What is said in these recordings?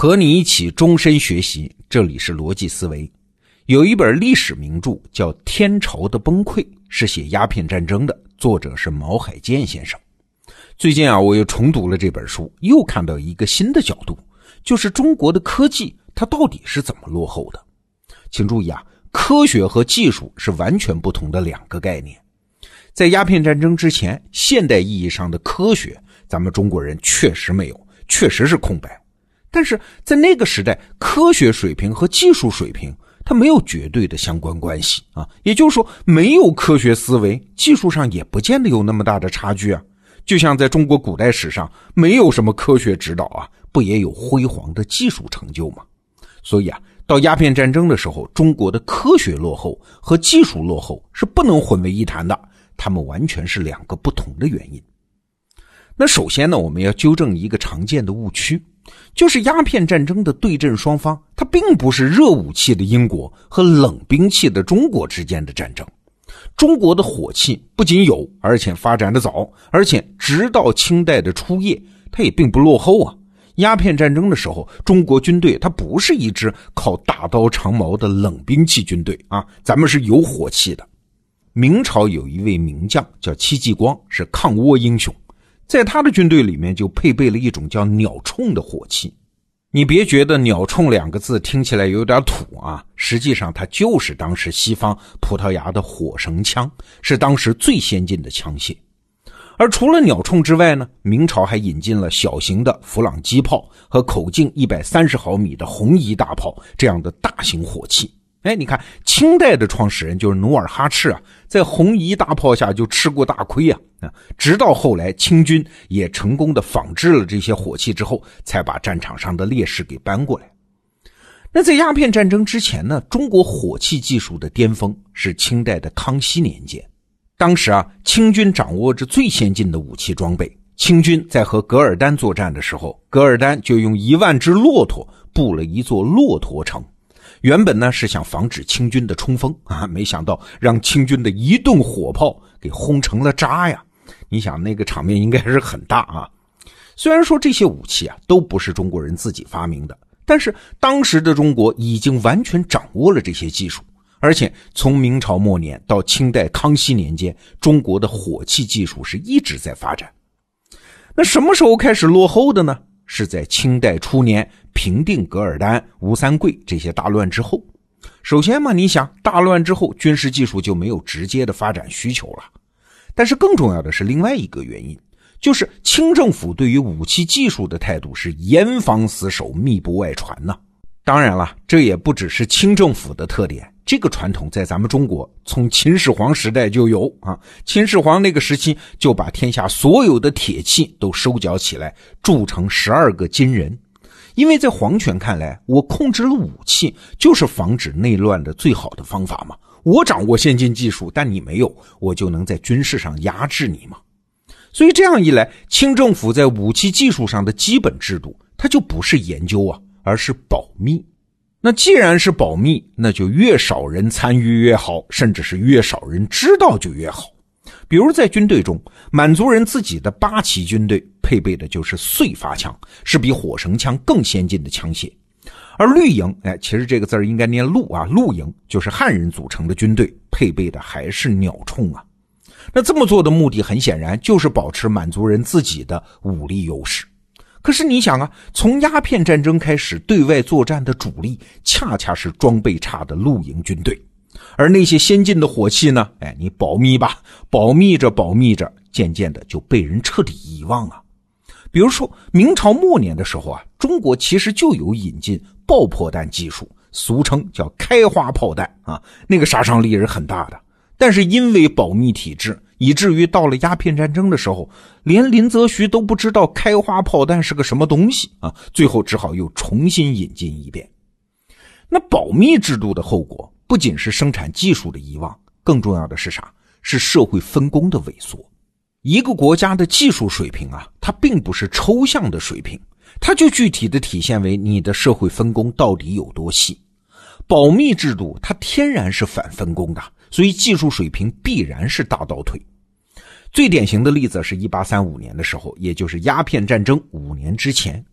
和你一起终身学习，这里是逻辑思维。有一本历史名著叫《天朝的崩溃》，是写鸦片战争的，作者是毛海建先生。最近我又重读了这本书，又看到一个新的角度，就是中国的科技它到底是怎么落后的。请注意科学和技术是完全不同的两个概念。在鸦片战争之前，现代意义上的科学咱们中国人确实没有，确实是空白。但是在那个时代，科学水平和技术水平它没有绝对的相关关系也就是说，没有科学思维，技术上也不见得有那么大的差距就像在中国古代史上没有什么科学指导不也有辉煌的技术成就吗？所以到鸦片战争的时候，中国的科学落后和技术落后是不能混为一谈的，它们完全是两个不同的原因。那首先呢，我们要纠正一个常见的误区，就是鸦片战争的对阵双方，它并不是热武器的英国和冷兵器的中国之间的战争。中国的火器不仅有，而且发展的早，而且直到清代的初叶，它也并不落后鸦片战争的时候，中国军队它不是一支靠大刀长矛的冷兵器军队咱们是有火器的。明朝有一位名将叫戚继光，是抗倭英雄，在他的军队里面就配备了一种叫鸟铳的火器。你别觉得鸟铳两个字听起来有点土实际上它就是当时西方葡萄牙的火绳枪，是当时最先进的枪械。而除了鸟铳之外呢，明朝还引进了小型的弗朗机炮和口径130毫米的红夷大炮这样的大型火器。你看清代的创始人就是努尔哈赤在红夷大炮下就吃过大亏直到后来清军也成功的仿制了这些火器之后，才把战场上的劣势给搬过来。那在鸦片战争之前呢，中国火器技术的巅峰是清代的康熙年间。当时清军掌握着最先进的武器装备，清军在和噶尔丹作战的时候，噶尔丹就用1万只骆驼布了一座骆驼城。原本呢是想防止清军的冲锋没想到让清军的一顿火炮给轰成了渣呀！你想那个场面应该是很大虽然说这些武器都不是中国人自己发明的，但是当时的中国已经完全掌握了这些技术，而且从明朝末年到清代康熙年间，中国的火器技术是一直在发展。那什么时候开始落后的呢？是在清代初年平定噶尔丹、吴三桂这些大乱之后。首先嘛，你想大乱之后军事技术就没有直接的发展需求了。但是更重要的是另外一个原因，就是清政府对于武器技术的态度是严防死守，密不外传当然了，这也不只是清政府的特点，这个传统在咱们中国从秦始皇时代就有秦始皇那个时期就把天下所有的铁器都收缴起来，铸成12个金人。因为在皇权看来，我控制了武器就是防止内乱的最好的方法嘛。我掌握先进技术，但你没有，我就能在军事上压制你嘛。所以这样一来，清政府在武器技术上的基本制度，它就不是研究而是保密。那既然是保密，那就越少人参与越好，甚至是越少人知道就越好。比如在军队中，满族人自己的8旗军队配备的就是燧发枪，是比火绳枪更先进的枪械。而绿营其实这个字应该念陆陆营就是汉人组成的军队，配备的还是鸟铳那这么做的目的很显然就是保持满族人自己的武力优势。可是你想从鸦片战争开始，对外作战的主力恰恰是装备差的陆营军队，而那些先进的火器呢，你保密吧，保密着保密着，渐渐的就被人彻底遗忘比如说明朝末年的时候中国其实就有引进爆破弹技术，俗称叫开花炮弹那个杀伤力是很大的。但是因为保密体制，以至于到了鸦片战争的时候，连林则徐都不知道开花炮弹是个什么东西最后只好又重新引进一遍。那保密制度的后果不仅是生产技术的遗忘，更重要的是啥？是社会分工的萎缩。一个国家的技术水平它并不是抽象的水平，它就具体的体现为你的社会分工到底有多细。保密制度它天然是反分工的，所以技术水平必然是大倒退。最典型的例子是1835年的时候，也就是鸦片战争5年之前，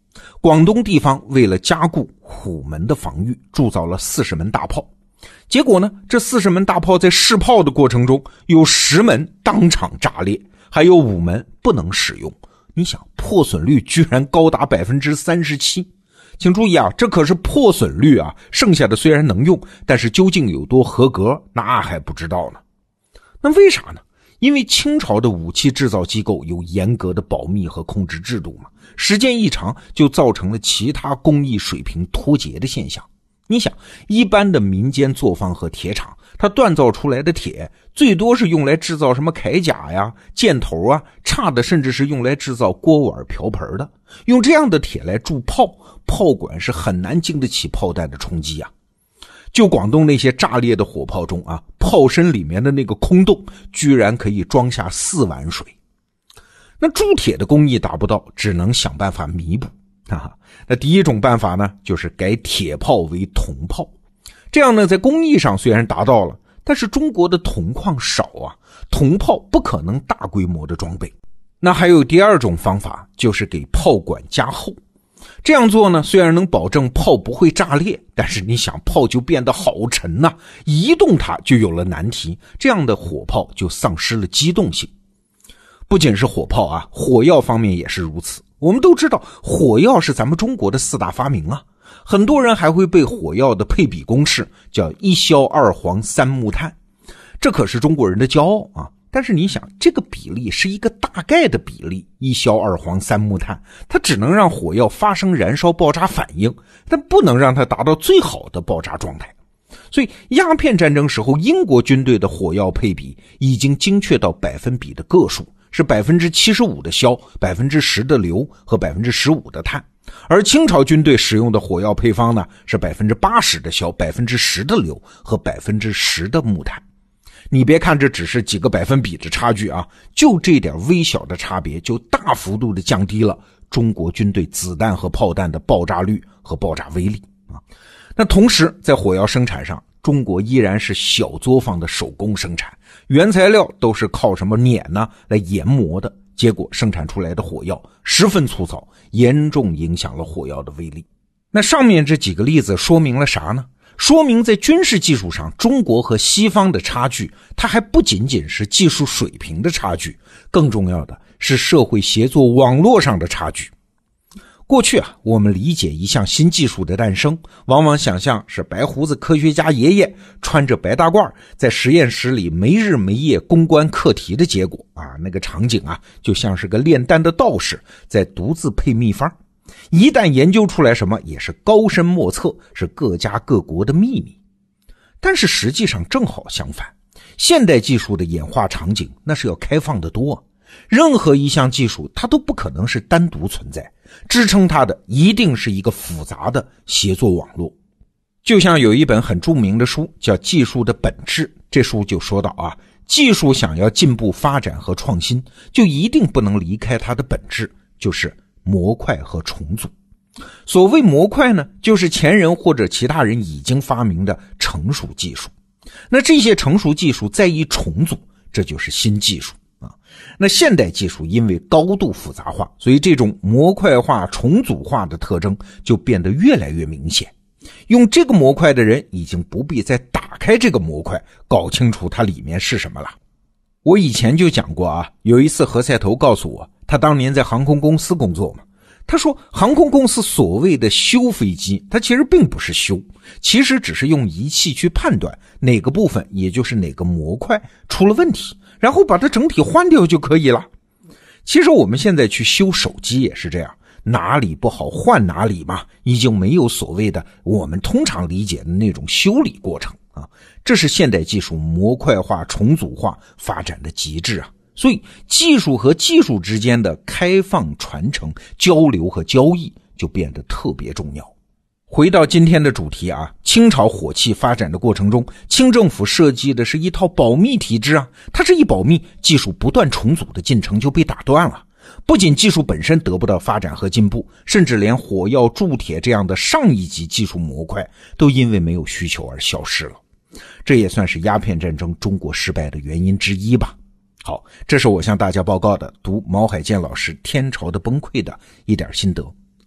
广东地方为了加固虎门的防御，铸造了40门大炮。结果呢，这40门大炮在试炮的过程中，有10门当场炸裂，还有5门不能使用。你想，破损率居然高达 37%。请注意啊，这可是破损率啊，剩下的虽然能用，但是究竟有多合格，那还不知道呢。那为啥呢？因为清朝的武器制造机构有严格的保密和控制制度嘛，时间一长就造成了其他工艺水平脱节的现象。你想，一般的民间作坊和铁厂，它锻造出来的铁最多是用来制造什么铠甲呀、箭头啊，差的甚至是用来制造锅碗瓢盆的。用这样的铁来铸炮，炮管是很难经得起炮弹的冲击啊。就广东那些炸裂的火炮中啊，炮身里面的那个空洞居然可以装下4碗水。那铸铁的工艺达不到，只能想办法弥补。那第一种办法呢，就是改铁炮为铜炮。这样呢，在工艺上虽然达到了，但是中国的铜矿少啊，铜炮不可能大规模的装备。那还有第二种方法，就是给炮管加厚。这样做呢，虽然能保证炮不会炸裂，但是你想，炮就变得好沉啊，移动它就有了难题，这样的火炮就丧失了机动性。不仅是火炮啊，火药方面也是如此。我们都知道，火药是咱们中国的4大发明啊，很多人还会背火药的配比公式，叫1硝2黄3木炭，这可是中国人的骄傲啊。但是你想，这个比例是一个大概的比例，1硝2黄3木炭，它只能让火药发生燃烧爆炸反应，但不能让它达到最好的爆炸状态。所以鸦片战争时候，英国军队的火药配比已经精确到百分比的个数，是 75% 的硝， 10% 的硫和 15% 的碳。而清朝军队使用的火药配方呢，是 80% 的硝， 10% 的硫和 10% 的木炭。你别看这只是几个百分比的差距啊，就这点微小的差别就大幅度的降低了中国军队子弹和炮弹的爆炸率和爆炸威力啊。那同时在火药生产上，中国依然是小作坊的手工生产，原材料都是靠什么碾呢来研磨的，结果生产出来的火药十分粗糙，严重影响了火药的威力。那上面这几个例子说明了啥呢？说明在军事技术上，中国和西方的差距，它还不仅仅是技术水平的差距，更重要的是社会协作网络上的差距。过去啊，我们理解一项新技术的诞生，往往想象是白胡子科学家爷爷穿着白大褂在实验室里没日没夜攻关课题的结果啊，那个场景啊，就像是个炼丹的道士在独自配秘方。一旦研究出来什么，也是高深莫测，是各家各国的秘密。但是实际上正好相反，现代技术的演化场景那是要开放得多啊。任何一项技术它都不可能是单独存在，支撑它的一定是一个复杂的协作网络。就像有一本很著名的书叫《技术的本质》，这书就说到啊，技术想要进步发展和创新，就一定不能离开它的本质，就是模块和重组。所谓模块呢，就是前人或者其他人已经发明的成熟技术。那这些成熟技术再一重组，这就是新技术啊。那现代技术因为高度复杂化，所以这种模块化、重组化的特征就变得越来越明显。用这个模块的人已经不必再打开这个模块，搞清楚它里面是什么了。我以前就讲过啊，有一次何赛头告诉我，他当年在航空公司工作嘛。他说航空公司所谓的修飞机，它其实并不是修，其实只是用仪器去判断哪个部分，也就是哪个模块出了问题，然后把它整体换掉就可以了。其实我们现在去修手机也是这样，哪里不好换哪里嘛，已经没有所谓的我们通常理解的那种修理过程啊。这是现代技术模块化、重组化发展的极致啊。所以技术和技术之间的开放传承、交流和交易就变得特别重要。回到今天的主题啊，清朝火器发展的过程中，清政府设计的是一套保密体制啊，它这一保密，技术不断重组的进程就被打断了。不仅技术本身得不到发展和进步，甚至连火药、铸铁这样的上一级技术模块都因为没有需求而消失了。这也算是鸦片战争中国失败的原因之一吧。好，这是我向大家报告的读毛海建老师《天朝的崩溃》的一点心得。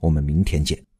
我们明天见。